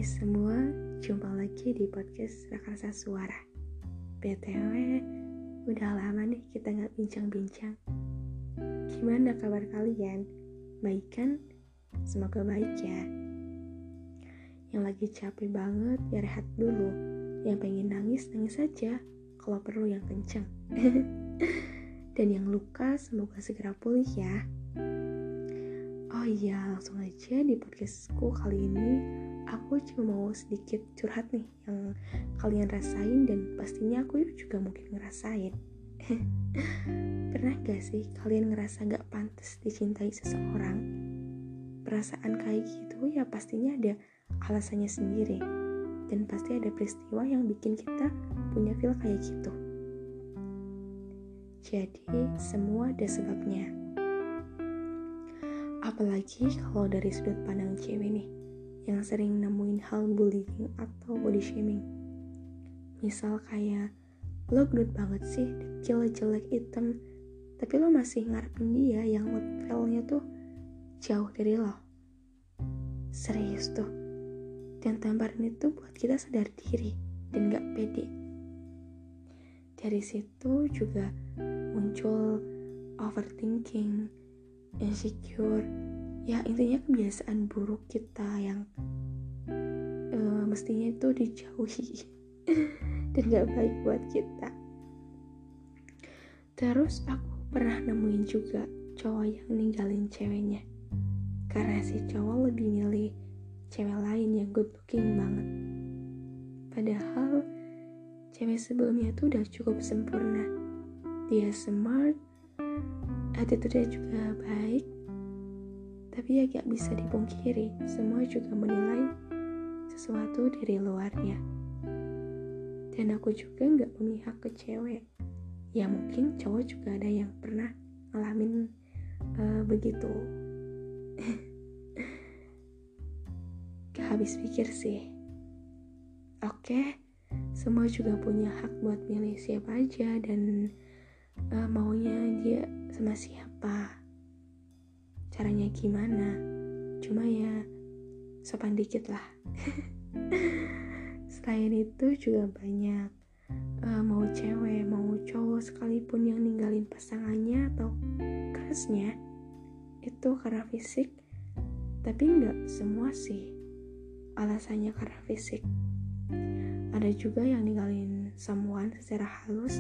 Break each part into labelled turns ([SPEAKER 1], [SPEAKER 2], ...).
[SPEAKER 1] semua, jumpa lagi di podcast Rakarsa Suara. BTW, udah lama nih kita gak bincang-bincang. Gimana kabar kalian? Baik kan? Semoga baik ya. Yang lagi capek banget, ya rehat dulu. Yang pengen nangis, nangis aja. Kalau perlu yang kencang. Dan yang luka, semoga segera pulih ya. Oh iya, langsung aja di podcastku kali ini aku cuma mau sedikit curhat nih yang kalian rasain dan pastinya aku juga mungkin ngerasain. Pernah gak sih kalian ngerasa gak pantas dicintai seseorang? Perasaan kayak gitu ya pastinya ada alasannya sendiri dan pasti ada peristiwa yang bikin kita punya feel kayak gitu. Jadi semua ada sebabnya. Apalagi kalau dari sudut pandang cewek nih, yang sering nemuin hal bullying atau body shaming. Misal kayak, lo gendut banget sih, dekil, jelek, hitam, tapi lo masih ngarepin dia yang levelnya tuh jauh dari lo. Serius tuh. Dan tamparan itu buat kita sadar diri dan gak pede. Dari situ juga muncul overthinking, insecure, ya intinya kebiasaan buruk kita yang mestinya itu dijauhi dan gak baik buat kita. Terus aku pernah nemuin juga cowok yang ninggalin ceweknya karena si cowok lebih milih cewek lain yang good looking banget. Padahal cewek sebelumnya tuh udah cukup sempurna. Dia smart, attitude-nya juga baik, tapi ya gak bisa dipungkiri, semua juga menilai sesuatu dari luarnya. Dan aku juga gak memihak ke cewek. Ya mungkin cowok juga ada yang pernah ngalamin begitu. Gak habis pikir sih. Oke, semua juga punya hak buat milih siapa aja dan maunya dia sama siapa, caranya gimana, cuma ya sopan dikit lah. Selain itu juga banyak mau cewek mau cowok sekalipun yang ninggalin pasangannya atau crushnya itu karena fisik, tapi nggak semua sih alasannya karena fisik. Ada juga yang ninggalin someone secara halus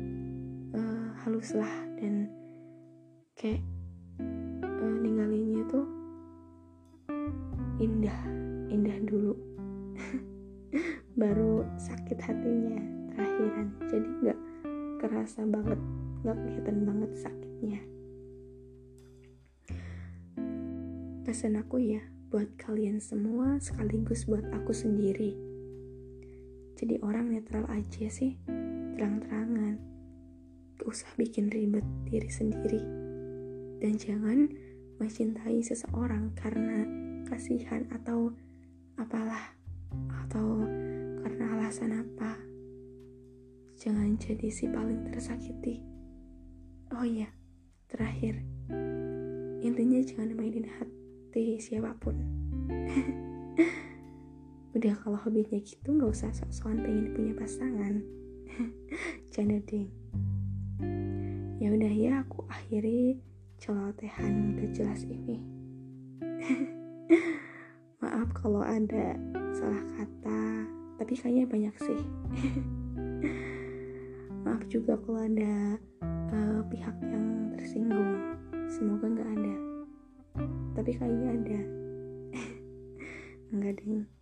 [SPEAKER 1] lah dan kayak ninggalinnya tuh indah dulu baru sakit hatinya terakhiran, jadi nggak kerasa banget, nggak kelihatan banget sakitnya. Pesan aku ya buat kalian semua sekaligus buat aku sendiri, jadi orang netral aja sih, terang-terangan, gak usah bikin ribet diri sendiri. Dan jangan mencintai seseorang karena kasihan atau apalah, atau karena alasan apa. Jangan jadi si paling tersakiti. Oh iya, terakhir, intinya jangan mainin hati siapapun. Udah kalau hobinya gitu gak usah sok-sokan pengen punya pasangan. Canda ding. Ya udah ya, aku akhiri celotehan gak jelas ini. Maaf kalau ada salah kata, tapi kayaknya banyak sih. Maaf juga kalau ada pihak yang tersinggung. Semoga gak ada, tapi kayaknya ada. Enggak ding.